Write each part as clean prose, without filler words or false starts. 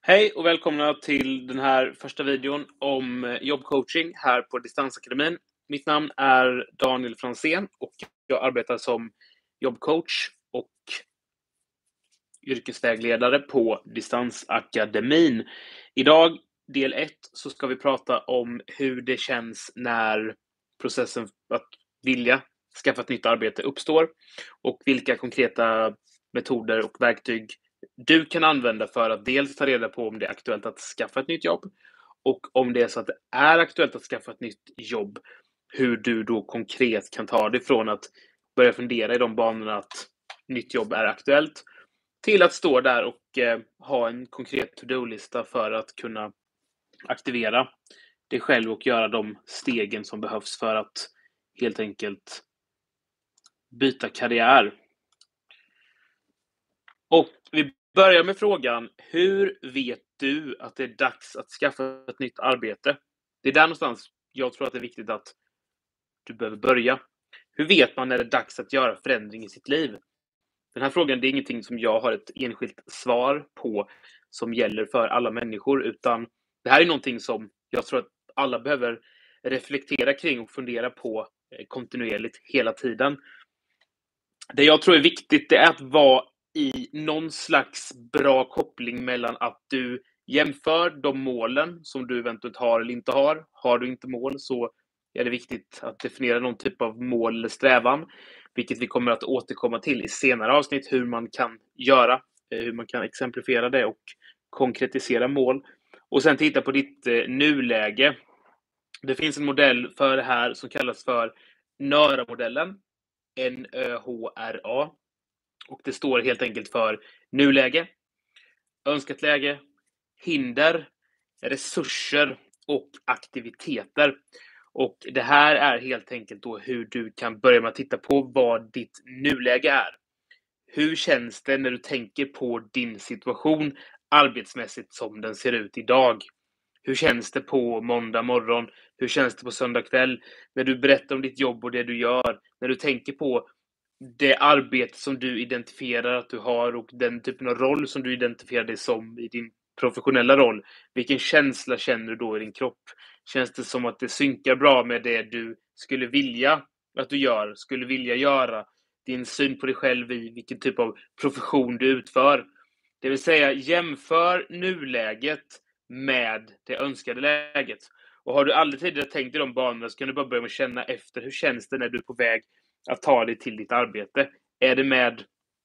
Hej och välkomna till den här första videon om jobbcoaching här på Distansakademin. Mitt namn är Daniel Franzén och jag arbetar som jobbcoach och yrkesvägledare på Distansakademin. Idag, del 1, så ska vi prata om hur det känns när processen att vilja skaffa ett nytt arbete uppstår och vilka konkreta metoder och verktyg du kan använda för att dels ta reda på om det är aktuellt att skaffa ett nytt jobb och om det är så att det är aktuellt att skaffa ett nytt jobb, hur du då konkret kan ta det från att börja fundera i de banorna att nytt jobb är aktuellt till att stå där och ha en konkret to-do-lista för att kunna aktivera dig själv och göra de stegen som behövs för att helt enkelt byta karriär. Och vi börjar med frågan, hur vet du att det är dags att skaffa ett nytt arbete? Det är där någonstans jag tror att det är viktigt att du behöver börja. Hur vet man när det är dags att göra förändring i sitt liv? Den här frågan, det är ingenting som jag har ett enskilt svar på som gäller för alla människor, utan det här är någonting som jag tror att alla behöver reflektera kring och fundera på kontinuerligt hela tiden. Det jag tror är viktigt, det är att vara i någon slags bra koppling mellan att du jämför de målen som du eventuellt har eller inte har. Har du inte mål så är det viktigt att definiera någon typ av mål eller strävan, vilket vi kommer att återkomma till i senare avsnitt, hur man kan göra, hur man kan exemplifiera det och konkretisera mål. Och sen titta på ditt nuläge. Det finns en modell för det här som kallas för NÖRA-modellen. NÖHRA. Och det står helt enkelt för nuläge, önskat läge, hinder, resurser och aktiviteter. Och det här är helt enkelt då hur du kan börja med att titta på vad ditt nuläge är. Hur känns det när du tänker på din situation arbetsmässigt som den ser ut idag? Hur känns det på måndag morgon? Hur känns det på söndag kväll? När du berättar om ditt jobb och det du gör, när du tänker på det arbete som du identifierar att du har och den typen av roll som du identifierar dig som i din professionella roll. Vilken känsla känner du då i din kropp? Känns det som att det synkar bra med det du skulle vilja att du gör, skulle vilja göra? Din syn på dig själv i vilken typ av profession du utför. Det vill säga, jämför nuläget med det önskade läget. Och har du aldrig tidigare tänkt i de banorna så kan du bara börja med att känna efter. Hur känns det när du är på väg att ta dig till ditt arbete? Är det med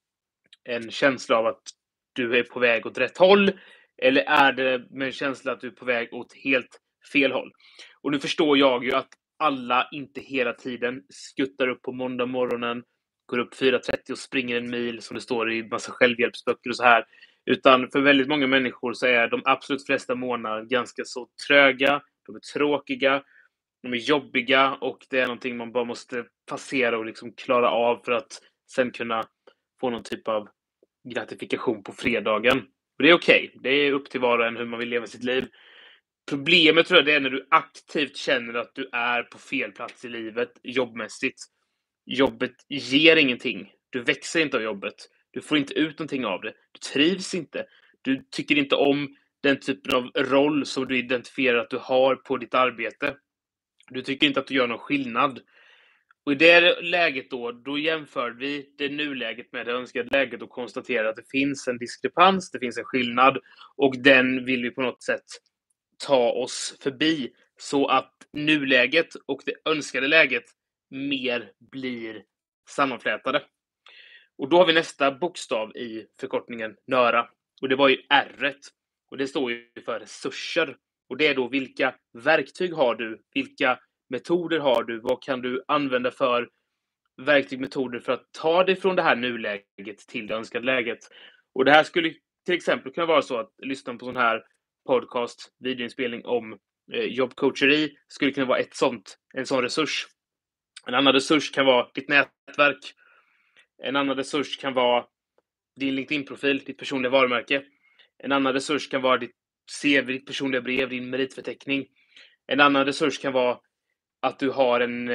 en känsla av att du är på väg åt rätt håll? Eller är det med en känsla att du är på väg åt helt fel håll? Och nu förstår jag ju att alla inte hela tiden skuttar upp på måndag morgonen, går upp 4:30 och springer en mil som det står i massa självhjälpsböcker och så här. Utan för väldigt många människor så är de absolut flesta månader ganska så tröga, de är tråkiga, de är jobbiga och det är någonting man bara måste passera och liksom klara av för att sen kunna få någon typ av gratifikation på fredagen. Och det är okej. Det är upp till var och en hur man vill leva sitt liv. Problemet tror jag det är när du aktivt känner att du är på fel plats i livet jobbmässigt. Jobbet ger ingenting. Du växer inte av jobbet. Du får inte ut någonting av det. Du trivs inte. Du tycker inte om den typen av roll som du identifierar att du har på ditt arbete. Du tycker inte att du gör någon skillnad. Och i det läget då jämför vi det nuläget med det önskade läget och konstaterar att det finns en diskrepans, det finns en skillnad och den vill vi på något sätt ta oss förbi så att nuläget och det önskade läget mer blir sammanflätade. Och då har vi nästa bokstav i förkortningen NÖRA och det var ju R. Och det står ju för resurser. Och det är då vilka verktyg har du? Vilka metoder har du? Vad kan du använda för verktyg, metoder för att ta dig från det här nuläget till det önskade läget? Och det här skulle till exempel kunna vara så att lyssna på sån här podcast, videoinspelning om jobbcoacheri skulle kunna vara en sån resurs. En annan resurs kan vara ditt nätverk. En annan resurs kan vara din LinkedIn-profil, ditt personliga varumärke. En annan resurs kan vara ditt CV, ditt personliga brev, din meritförteckning. En annan resurs kan vara att du har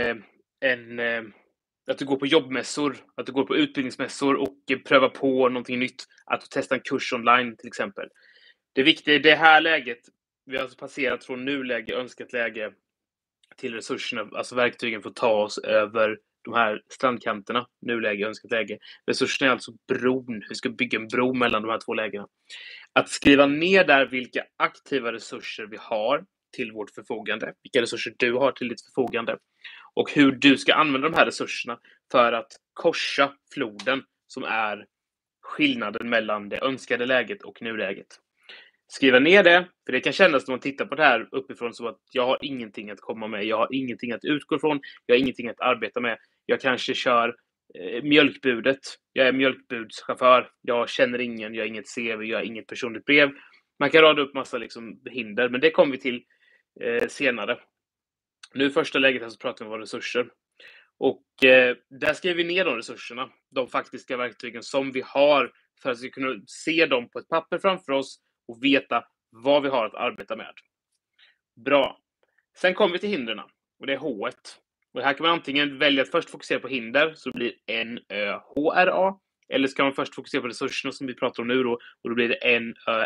att du går på jobbmässor, att du går på utbildningsmässor och prövar på någonting nytt. Att du testar en kurs online till exempel. Det viktiga i det här läget, vi har alltså passerat från nuläge, önskat läge till resurserna, alltså verktygen för att ta oss över de här strandkanterna, nuläge, önskat läge. Resurserna är alltså bron. Vi ska bygga en bro mellan de här två lägena. Att skriva ner där vilka aktiva resurser vi har till vårt förfogande, vilka resurser du har till ditt förfogande och hur du ska använda de här resurserna för att korsa floden som är skillnaden mellan det önskade läget och nuläget. Skriva ner det, för det kan kännas när man tittar på det här uppifrån som att jag har ingenting att komma med, jag har ingenting att utgå från, jag har ingenting att arbeta med. Jag kanske kör mjölkbudet, jag är mjölkbudschaufför, jag känner ingen, jag har inget CV, jag har inget personligt brev. Man kan rada upp massa liksom hinder, men det kommer vi till senare. Nu första läget här så pratar vi om resurser. Och där skriver vi ner de resurserna, de faktiska verktygen som vi har för att vi ska kunna se dem på ett papper framför oss och veta vad vi har att arbeta med. Bra. Sen kommer vi till hindren och det är H1. Och här kan man antingen välja att först fokusera på hinder, så det blir NÖHRA. Eller ska man först fokusera på resurserna som vi pratar om nu då, och då blir det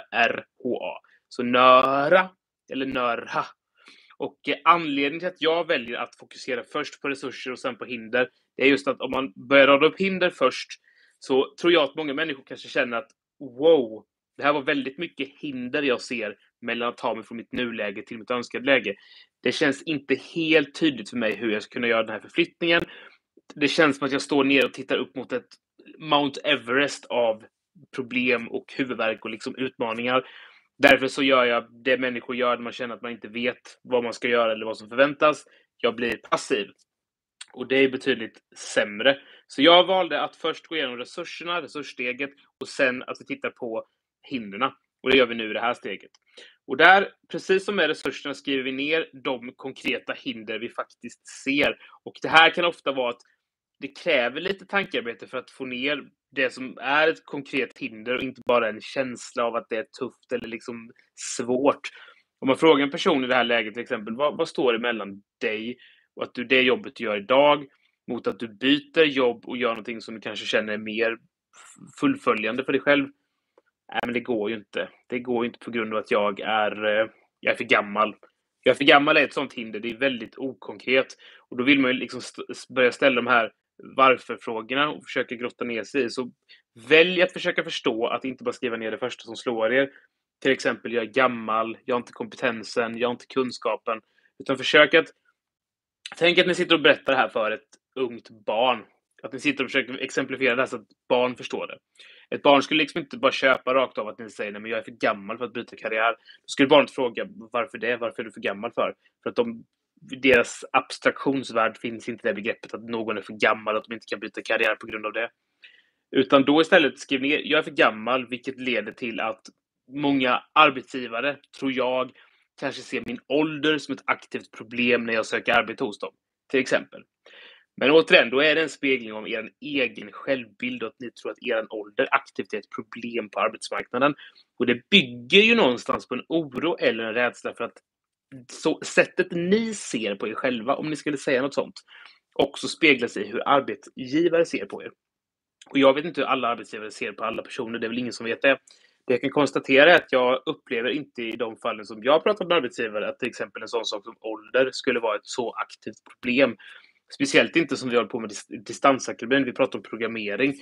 NÖRHA. Så NÖRA eller NÖRHA. Och anledningen till att jag väljer att fokusera först på resurser och sen på hinder, det är just att om man börjar rada upp hinder först, så tror jag att många människor kanske känner att wow, det här var väldigt mycket hinder jag ser mellan att ta mig från mitt nuläge till mitt önskade läge. Det känns inte helt tydligt för mig hur jag ska kunna göra den här förflyttningen. Det känns som att jag står ner och tittar upp mot ett Mount Everest av problem och huvudvärk och liksom utmaningar. Därför så gör jag det människor gör när man känner att man inte vet vad man ska göra eller vad som förväntas. Jag blir passiv. Och det är betydligt sämre. Så jag valde att först gå igenom resurserna, resurssteget, och sen att vi tittar på hindren. Och det gör vi nu i det här steget. Och där, precis som med resurserna, skriver vi ner de konkreta hinder vi faktiskt ser. Och det här kan ofta vara att det kräver lite tankearbete för att få ner det som är ett konkret hinder och inte bara en känsla av att det är tufft eller liksom svårt. Om man frågar en person i det här läget till exempel, vad står det mellan dig och att det jobbet du gör idag mot att du byter jobb och gör någonting som du kanske känner är mer fullföljande för dig själv? Nej, men det går ju inte. Det går ju inte på grund av att jag är för gammal. Jag är för gammal är ett sånt hinder. Det är väldigt okonkret. Och då vill man ju liksom börja ställa de här varför-frågorna och försöka grotta ner sig i. Så välj att försöka förstå, att inte bara skriva ner det första som slår er. Till exempel, jag är gammal, jag har inte kompetensen, jag har inte kunskapen. Utan försök att... Tänk att ni sitter och berättar det här för ett ungt barn. Att ni sitter och försöker exemplifiera det här så att barn förstår det. Ett barn skulle liksom inte bara köpa rakt av att ni säger nej, men jag är för gammal för att byta karriär. Då skulle barnet fråga varför det? Varför är du för gammal för? För att deras abstraktionsvärld finns inte det begreppet att någon är för gammal, att de inte kan byta karriär på grund av det. Utan då istället skriv ner, jag är för gammal, vilket leder till att många arbetsgivare, tror jag, kanske ser min ålder som ett aktivt problem när jag söker arbete hos dem, till exempel. Men återigen, då är det en spegling om er egen självbild och att ni tror att er ålder aktivt är ett problem på arbetsmarknaden. Och det bygger ju någonstans på en oro eller en rädsla för att sättet ni ser på er själva, om ni skulle säga något sånt, också speglar sig i hur arbetsgivare ser på er. Och jag vet inte hur alla arbetsgivare ser på alla personer, det är väl ingen som vet det. Det jag kan konstatera är att jag upplever inte i de fallen som jag pratar med arbetsgivare att till exempel en sån sak som ålder skulle vara ett så aktivt problem. Speciellt inte som vi håller på med distansakademin, vi pratar om programmering.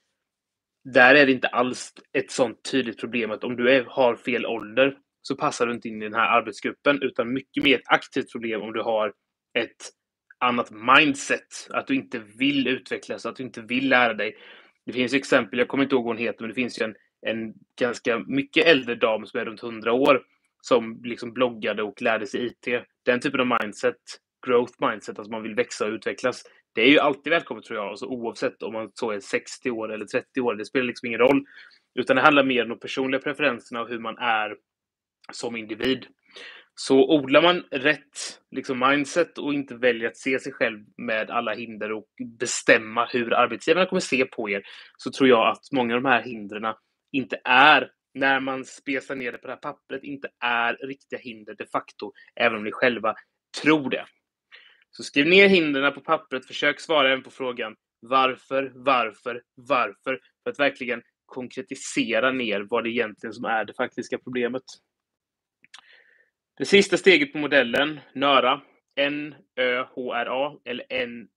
Där är det inte alls ett sånt tydligt problem att om du har fel ålder så passar du inte in i den här arbetsgruppen, utan mycket mer ett aktivt problem om du har ett annat mindset, att du inte vill utvecklas, att du inte vill lära dig. Det finns exempel, jag kommer inte ihåg vad hon heter, men det finns ju en ganska mycket äldre dam som är runt 100 år som liksom bloggade och lärde sig IT. Den typen av mindset, growth mindset, att man vill växa och utvecklas, det är ju alltid välkommet tror jag, alltså, oavsett om man så är 60 år eller 30 år, det spelar liksom ingen roll, utan det handlar mer om de personliga preferenserna och hur man är som individ. Så odlar man rätt liksom mindset och inte väljer att se sig själv med alla hinder och bestämma hur arbetsgivarna kommer se på er, så tror jag att många av de här hindren inte är, när man spesar ner det på det här pappret, inte är riktiga hinder de facto, även om ni själva tror det. Så skriv ner hindren på pappret, försök svara även på frågan varför, för att verkligen konkretisera ner vad det egentligen som är det faktiska problemet. Det sista steget på modellen, NÖRA, NÖHRA eller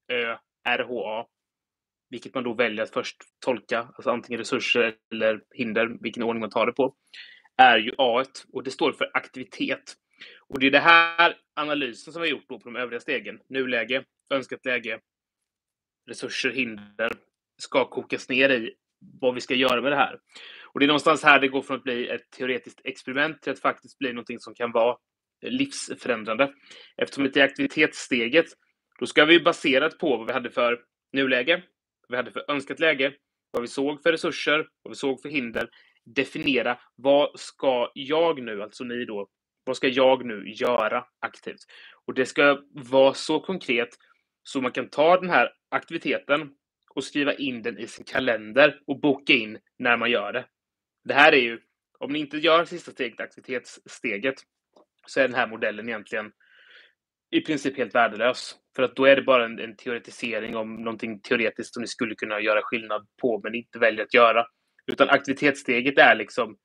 NÖRHA, vilket man då väljer att först tolka, alltså antingen resurser eller hinder, vilken ordning man tar det på, är ju A och det står för aktivitet. Och det är det här analysen som vi har gjort då på de övriga stegen. Nuläge, önskat läge, resurser, hinder ska kokas ner i vad vi ska göra med det här. Och det är någonstans här det går från att bli ett teoretiskt experiment till att faktiskt bli någonting som kan vara livsförändrande. Eftersom det är aktivitetssteget, då ska vi baserat på vad vi hade för nuläge, vad vi hade för önskat läge, vad vi såg för resurser, vad vi såg för hinder, definiera vad ska jag nu, alltså ni då, vad ska jag nu göra aktivt? Och det ska vara så konkret så man kan ta den här aktiviteten och skriva in den i sin kalender och boka in när man gör det. Det här är ju, om ni inte gör sista steget, aktivitetssteget, så är den här modellen egentligen i princip helt värdelös. För att då är det bara en teoretisering om någonting teoretiskt som ni skulle kunna göra skillnad på men inte väljer att göra. Utan aktivitetssteget är liksom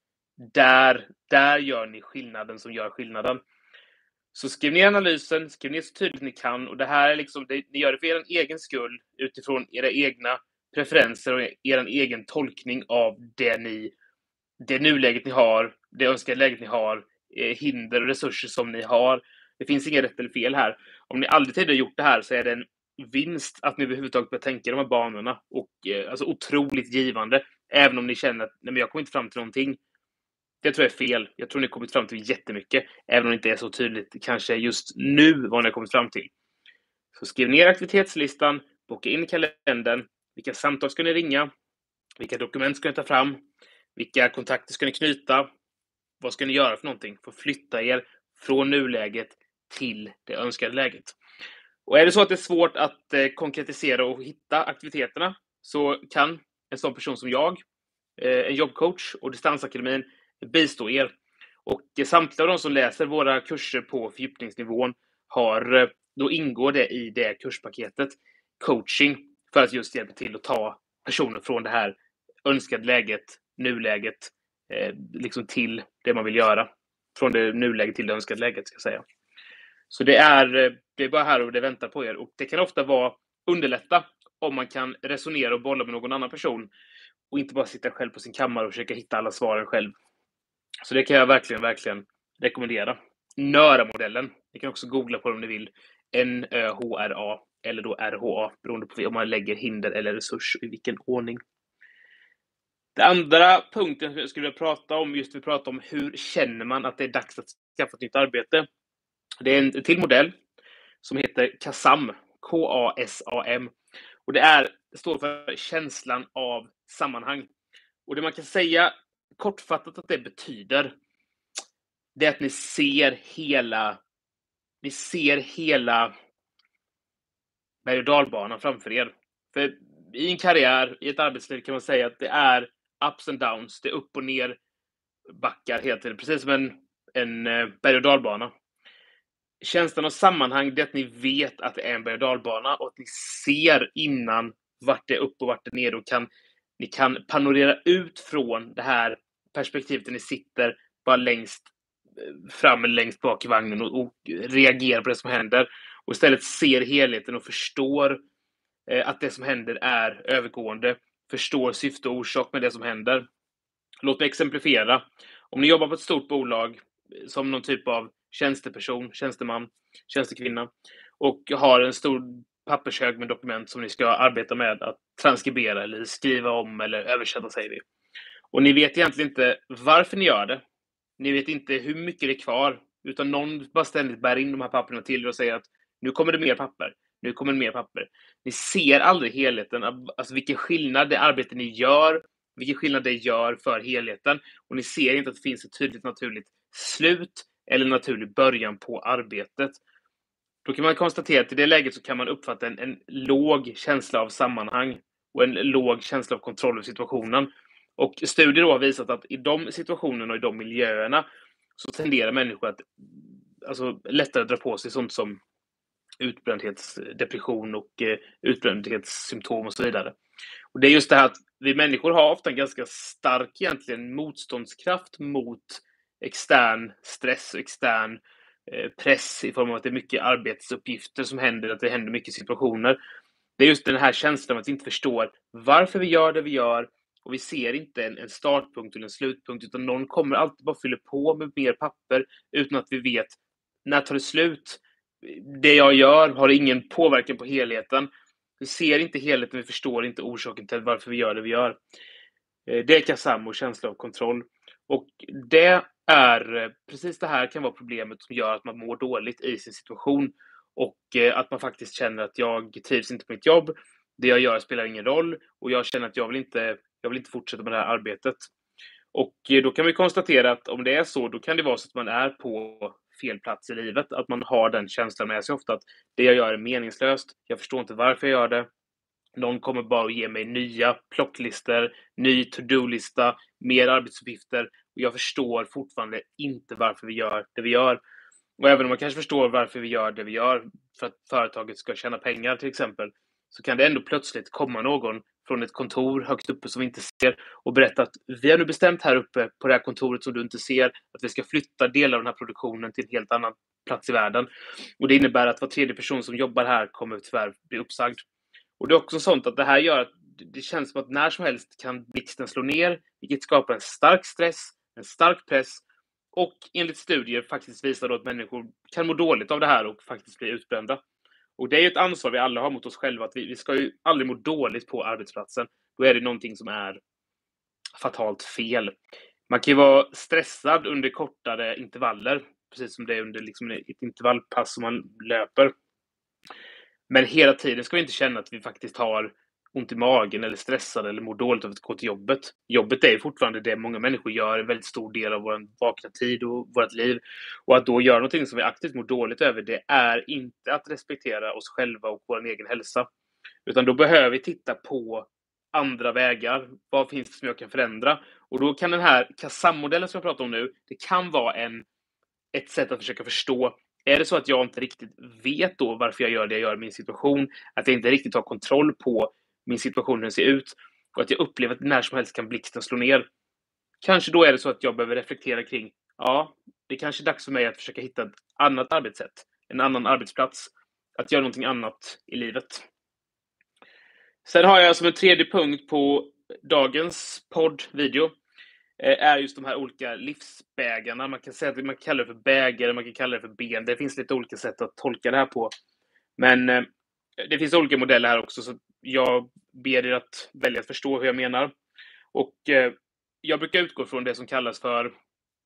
där gör ni skillnaden som gör skillnaden. Så skriv ner analysen, skriv ner så tydligt ni kan. Och det här är liksom, ni gör det för er egen skull utifrån era egna preferenser och er egen tolkning av det nuläget ni har, det önskade läget ni har, hinder och resurser som ni har. Det finns inget rätt eller fel här. Om ni aldrig tidigare gjort det här så är det en vinst att ni överhuvudtaget börjar tänka de här banorna. Och alltså otroligt givande. Även om ni känner att nej, men jag kommer inte fram till någonting. Det tror jag är fel. Jag tror ni har kommit fram till jättemycket. Även om det inte är så tydligt kanske just nu vad ni har kommit fram till. Så skriv ner aktivitetslistan. Boka in i kalendern. Vilka samtal ska ni ringa? Vilka dokument ska ni ta fram? Vilka kontakter ska ni knyta? Vad ska ni göra för någonting? För att flytta er från nuläget till det önskade läget. Och är det så att det är svårt att konkretisera och hitta aktiviteterna så kan en sån person som jag, en jobbcoach och Distansakademin bistå er. Och samtliga av de som läser våra kurser på fördjupningsnivån då ingår det i det kurspaketet coaching för att just hjälpa till att ta personer från det här önskade läget, nuläget, liksom till det man vill göra. Från det nuläget till det önskade läget ska jag säga. Så det är bara här och det väntar på er. Och det kan ofta underlätta om man kan resonera och bolla med någon annan person och inte bara sitta själv på sin kammare och försöka hitta alla svaren själv. Så det kan jag verkligen rekommendera. NÖRA-modellen. Ni kan också googla på det om ni vill. NÖHRA eller då RHA beroende på om man lägger hinder eller resurs i vilken ordning. Det andra punkten jag skulle vilja prata om, vi pratar om hur känner man att det är dags att skaffa ett nytt arbete. Det är en till modell som heter KASAM, KASAM. Och det står för känslan av sammanhang. Och det man kan säga kortfattat att det betyder, det är att ni ser hela berg- och dalbanan framför er. För i en karriär, i ett arbetsliv kan man säga att det är ups and downs, det är upp och ner backar hela tiden, precis som en berg- och dalbana. Känslan av sammanhang, det är att ni vet att det är en berg- och dalbana och att ni ser innan vart det är upp och vart det är ner och ni kan panorera ut från det här perspektivet där ni sitter bara längst fram eller längst bak i vagnen och reagerar på det som händer och istället ser helheten och förstår att det som händer är övergående, förstår syfte och orsak med det som händer. Låt mig exemplifiera. Om ni jobbar på ett stort bolag som någon typ av tjänsteperson, tjänsteman, tjänstekvinna och har en stor pappershög med dokument som ni ska arbeta med att transkribera eller skriva om eller översätta, säger vi. Och ni vet egentligen inte varför ni gör det. Ni vet inte hur mycket det är kvar, utan någon bara ständigt bär in de här papperna till er och säger att nu kommer det mer papper. Nu kommer det mer papper. Ni ser aldrig helheten, alltså vilken skillnad det arbete ni gör, vilken skillnad det gör för helheten. Och ni ser inte att det finns ett tydligt naturligt slut eller naturlig början på arbetet. Då kan man konstatera att i det läget så kan man uppfatta en låg känsla av sammanhang och en låg känsla av kontroll över situationen. Och studier då har visat att i de situationerna och i de miljöerna så tenderar människor att lättare dra på sig sånt som utbrändhetsdepression och utbrändhetssymptom och så vidare. Och det är just det här att vi människor har ofta en ganska stark egentligen motståndskraft mot extern stress och extern press i form av att det är mycket arbetsuppgifter som händer, att det händer mycket situationer. Det är just den här känslan av att vi inte förstår varför vi gör det vi gör och vi ser inte en startpunkt eller en slutpunkt, utan någon kommer alltid bara fylla på med mer papper utan att vi vet när tar det slut. Det jag gör har ingen påverkan på helheten. Vi ser inte helheten, vi förstår inte orsaken till varför vi gör det vi gör. Det är KASAM och känsla av kontroll. Och det är precis det här kan vara problemet som gör att man mår dåligt i sin situation och att man faktiskt känner att jag trivs inte på mitt jobb. Det jag gör spelar ingen roll och jag känner att jag vill inte fortsätta med det här arbetet. Och då kan vi konstatera att om det är så, då kan det vara så att man är på fel plats i livet. Att man har den känslan med sig ofta att det jag gör är meningslöst. Jag förstår inte varför jag gör det. Någon kommer bara att ge mig nya plocklistor, ny to-do-lista, mer arbetsuppgifter. Och jag förstår fortfarande inte varför vi gör det vi gör. Och även om man kanske förstår varför vi gör det vi gör, för att företaget ska tjäna pengar till exempel, så kan det ändå plötsligt komma någon från ett kontor högt uppe som vi inte ser och berätta att vi har nu bestämt här uppe på det här kontoret som du inte ser att vi ska flytta delar av den här produktionen till en helt annan plats i världen. Och det innebär att var tredje person som jobbar här kommer tyvärr bli uppsagd. Och det är också sånt att det här gör att det känns som att när som helst kan blixten slå ner, vilket skapar en stark stress, en stark press och enligt studier faktiskt visar då att människor kan må dåligt av det här och faktiskt bli utbrända. Och det är ju ett ansvar vi alla har mot oss själva, att vi ska ju aldrig må dåligt på arbetsplatsen. Då är det någonting som är fatalt fel. Man kan ju vara stressad under kortare intervaller, precis som det är under liksom ett intervallpass som man löper. Men hela tiden ska vi inte känna att vi faktiskt har ont i magen eller stressade eller mår dåligt av att gå till jobbet. Jobbet är ju fortfarande det många människor gör en väldigt stor del av vår vakna tid och vårt liv. Och att då göra någonting som vi aktivt mår dåligt över, det är inte att respektera oss själva och vår egen hälsa. Utan då behöver vi titta på andra vägar. Vad finns det som jag kan förändra? Och då kan den här KASAM-modellen som jag pratar om nu, det kan vara ett sätt att försöka förstå. Är det så att jag inte riktigt vet då varför jag gör det jag gör i min situation, att jag inte riktigt har kontroll på min situation, hur den ser ut, och att jag upplever att när som helst kan blixten slå ner. Kanske då är det så att jag behöver reflektera kring, ja, det är kanske är dags för mig att försöka hitta ett annat arbetssätt, en annan arbetsplats, att göra någonting annat i livet. Sen har jag som en tredje punkt på dagens poddvideo är just de här olika livsbägarna. Man kan säga att man kallar det för bägare, man kan kalla det för ben. Det finns lite olika sätt att tolka det här på. Men det finns olika modeller här också, så jag ber er att välja att förstå hur jag menar. Och jag brukar utgå från det som kallas för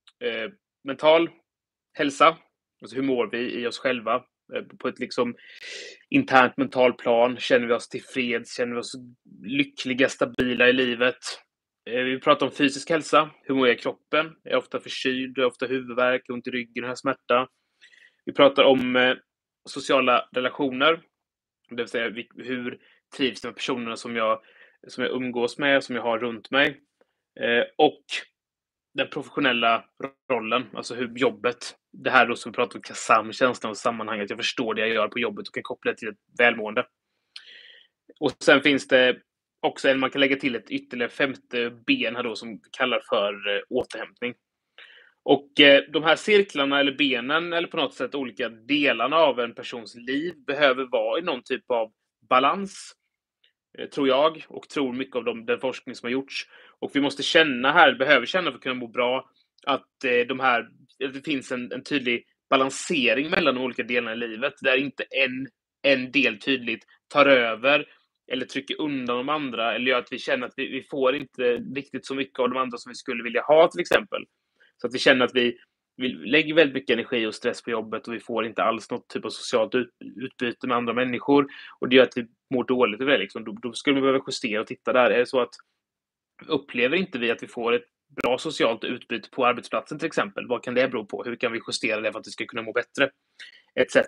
mental hälsa. Alltså hur mår vi i oss själva på ett liksom internt mentalt plan? Känner vi oss tillfreds? Känner vi oss lyckliga, stabila i livet? Vi pratar om fysisk hälsa. Hur mår jag i kroppen? Är jag ofta förkyld? Är jag ofta huvudvärk? Ont i ryggen? Har jag smärta? Vi pratar om sociala relationer. Det vill säga hur trivs de personerna som jag umgås med, som jag har runt mig. Och den professionella rollen, alltså hur jobbet, det här då som vi pratar om KASAM, känslan och sammanhanget, jag förstår det jag gör på jobbet och kan koppla det till ett välmående. Och sen finns det också man kan lägga till ett ytterligare femte ben här då som vi kallar för återhämtning. Och de här cirklarna eller benen eller på något sätt olika delarna av en persons liv behöver vara i någon typ av balans, tror jag, och tror mycket av den forskning som har gjorts. Och vi måste behöver känna för att kunna må bra, att det finns en tydlig balansering mellan de olika delarna i livet, där inte en del tydligt tar över eller trycker undan de andra, eller gör att vi känner att vi får inte riktigt så mycket av de andra som vi skulle vilja ha, till exempel. Så att vi känner att vi lägger väldigt mycket energi och stress på jobbet och vi får inte alls något typ av socialt utbyte med andra människor. Och det gör att vi mår dåligt över det. Liksom. Då skulle vi behöva justera och titta där. Är det så att upplever inte vi att vi får ett bra socialt utbyte på arbetsplatsen till exempel? Vad kan det bero på? Hur kan vi justera det för att vi ska kunna må bättre? Etc.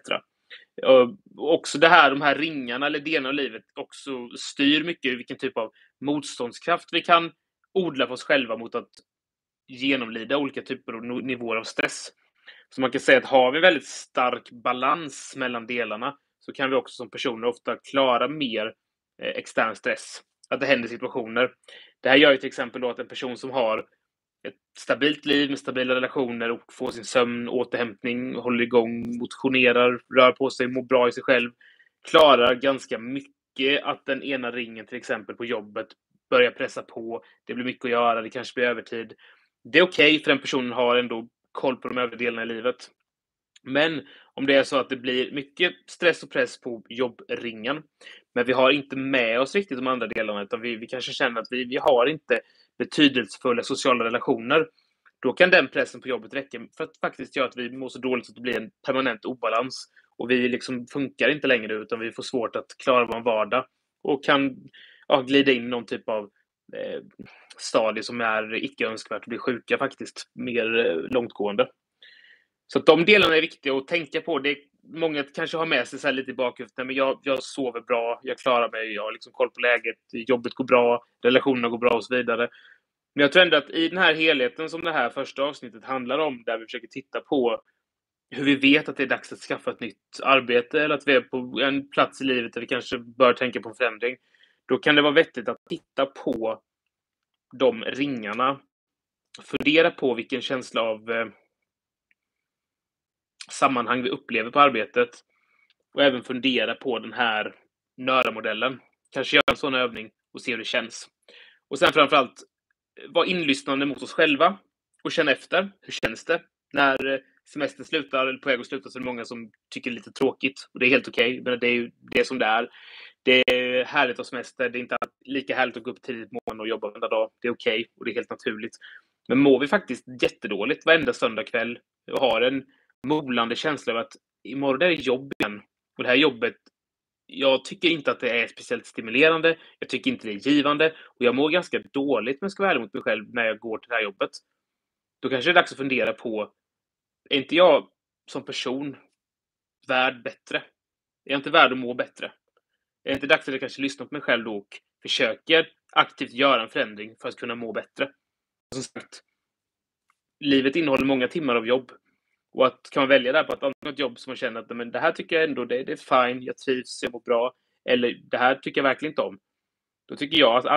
Också de här ringarna eller delarna av livet också styr mycket vilken typ av motståndskraft vi kan odla för oss själva mot att genomlida olika typer av nivåer av stress. Så man kan säga att har vi väldigt stark balans mellan delarna, så kan vi också som personer ofta klara mer extern stress. Att det händer situationer. Det här gör ju till exempel då att en person som har ett stabilt liv med stabila relationer och får sin sömn, återhämtning, håller igång, motionerar, rör på sig, mår bra i sig själv, klarar ganska mycket att den ena ringen till exempel på jobbet börjar pressa på, det blir mycket att göra, det kanske blir övertid. Det är okej, för den personen har ändå koll på de övriga delarna i livet. Men om det är så att det blir mycket stress och press på jobbringen, men vi har inte med oss riktigt de andra delarna, utan vi kanske känner att vi har inte betydelsefulla sociala relationer, då kan den pressen på jobbet räcka för att faktiskt göra att vi mår så dåligt att det blir en permanent obalans. Och vi liksom funkar inte längre, utan vi får svårt att klara vår vardag och kan glida in i någon typ av stadie som är icke önskvärt och bli sjuka faktiskt, mer långtgående. Så att de delarna är viktiga att tänka på. Det är, många kanske har med sig så här lite i bakhuvudet, men jag sover bra, jag klarar mig, jag har liksom koll på läget, jobbet går bra, relationerna går bra och så vidare. Men jag tror ändå att i den här helheten som det här första avsnittet handlar om, där vi försöker titta på hur vi vet att det är dags att skaffa ett nytt arbete eller att vi är på en plats i livet där vi kanske bör tänka på en förändring, då kan det vara vettigt att titta på de ringarna, fundera på vilken känsla av sammanhang vi upplever på arbetet och även fundera på den här NÖRA-modellen. Kanske göra en sån övning och se hur det känns. Och sen framförallt vara inlyssnande mot oss själva och känna efter. Hur känns det när semestern slutar eller på väg att sluta, så är det många som tycker det är lite tråkigt. Och det är helt okej, men det är ju det som det är. Det är härligt att ha semester. Det är inte lika härligt att gå upp tidigt på morgonen och jobba varenda dag. Det är okej och det är helt naturligt. Men mår vi faktiskt jättedåligt varenda söndagkväll och har en molande känsla av att imorgon är det jobb igen. Och det här jobbet, jag tycker inte att det är speciellt stimulerande. Jag tycker inte det är givande. Och jag mår ganska dåligt, men jag ska vara ärlig mot mig själv, när jag går till det här jobbet. Då kanske det är dags att fundera på, är inte jag som person värd bättre? Är jag inte värd att må bättre? Är det inte dags att jag kanske lyssnar på mig själv då och försöker aktivt göra en förändring för att kunna må bättre? Som sagt, livet innehåller många timmar av jobb. Och att kan man välja där på ett annat jobb som man känner att men det här tycker jag ändå, det är fine, jag trivs, jag mår bra. Eller det här tycker jag verkligen inte om. Då tycker jag att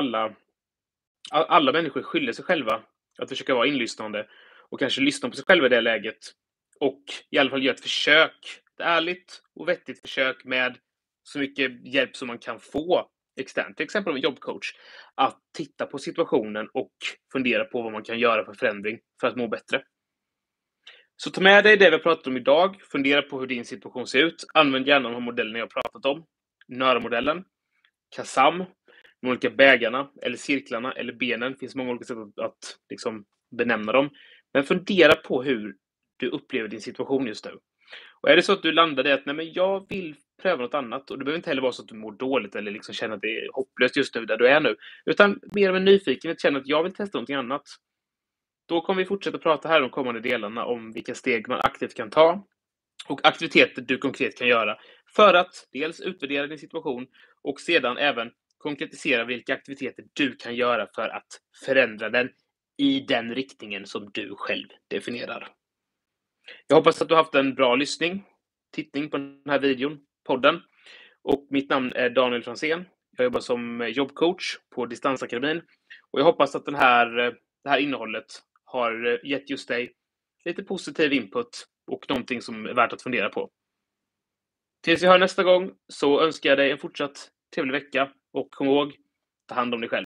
alla människor skyller sig själva att försöka vara inlyssnande och kanske lyssna på sig själva i det läget. Och i alla fall göra ett försök, ett ärligt och vettigt försök med så mycket hjälp som man kan få externt, till exempel en jobbcoach, att titta på situationen och fundera på vad man kan göra för förändring för att må bättre. Så ta med dig det vi har pratat om idag, fundera på hur din situation ser ut, använd gärna de här modellerna jag har pratat om, NÖRA-modellen, KASAM, de olika bägarna eller cirklarna eller benen, det finns många olika sätt att liksom benämna dem, men fundera på hur du upplever din situation just nu. Och är det så att du landar i att nej, men jag vill pröva något annat, och det behöver inte heller vara så att du mår dåligt eller liksom känner att det är hopplöst just nu där du är nu, utan mer av en nyfikenhet, känner att jag vill testa någonting annat. Då kommer vi fortsätta prata här de kommande delarna om vilka steg man aktivt kan ta och aktiviteter du konkret kan göra för att dels utvärdera din situation och sedan även konkretisera vilka aktiviteter du kan göra för att förändra den i den riktningen som du själv definierar. Jag hoppas att du har haft en bra tittning på den här videon, podden. Och mitt namn är Daniel Franzén. Jag jobbar som jobbcoach på Distansakademin. Och jag hoppas att det här innehållet har gett just dig lite positiv input och någonting som är värt att fundera på. Tills vi hör nästa gång så önskar jag dig en fortsatt trevlig vecka och kom ihåg, ta hand om dig själv.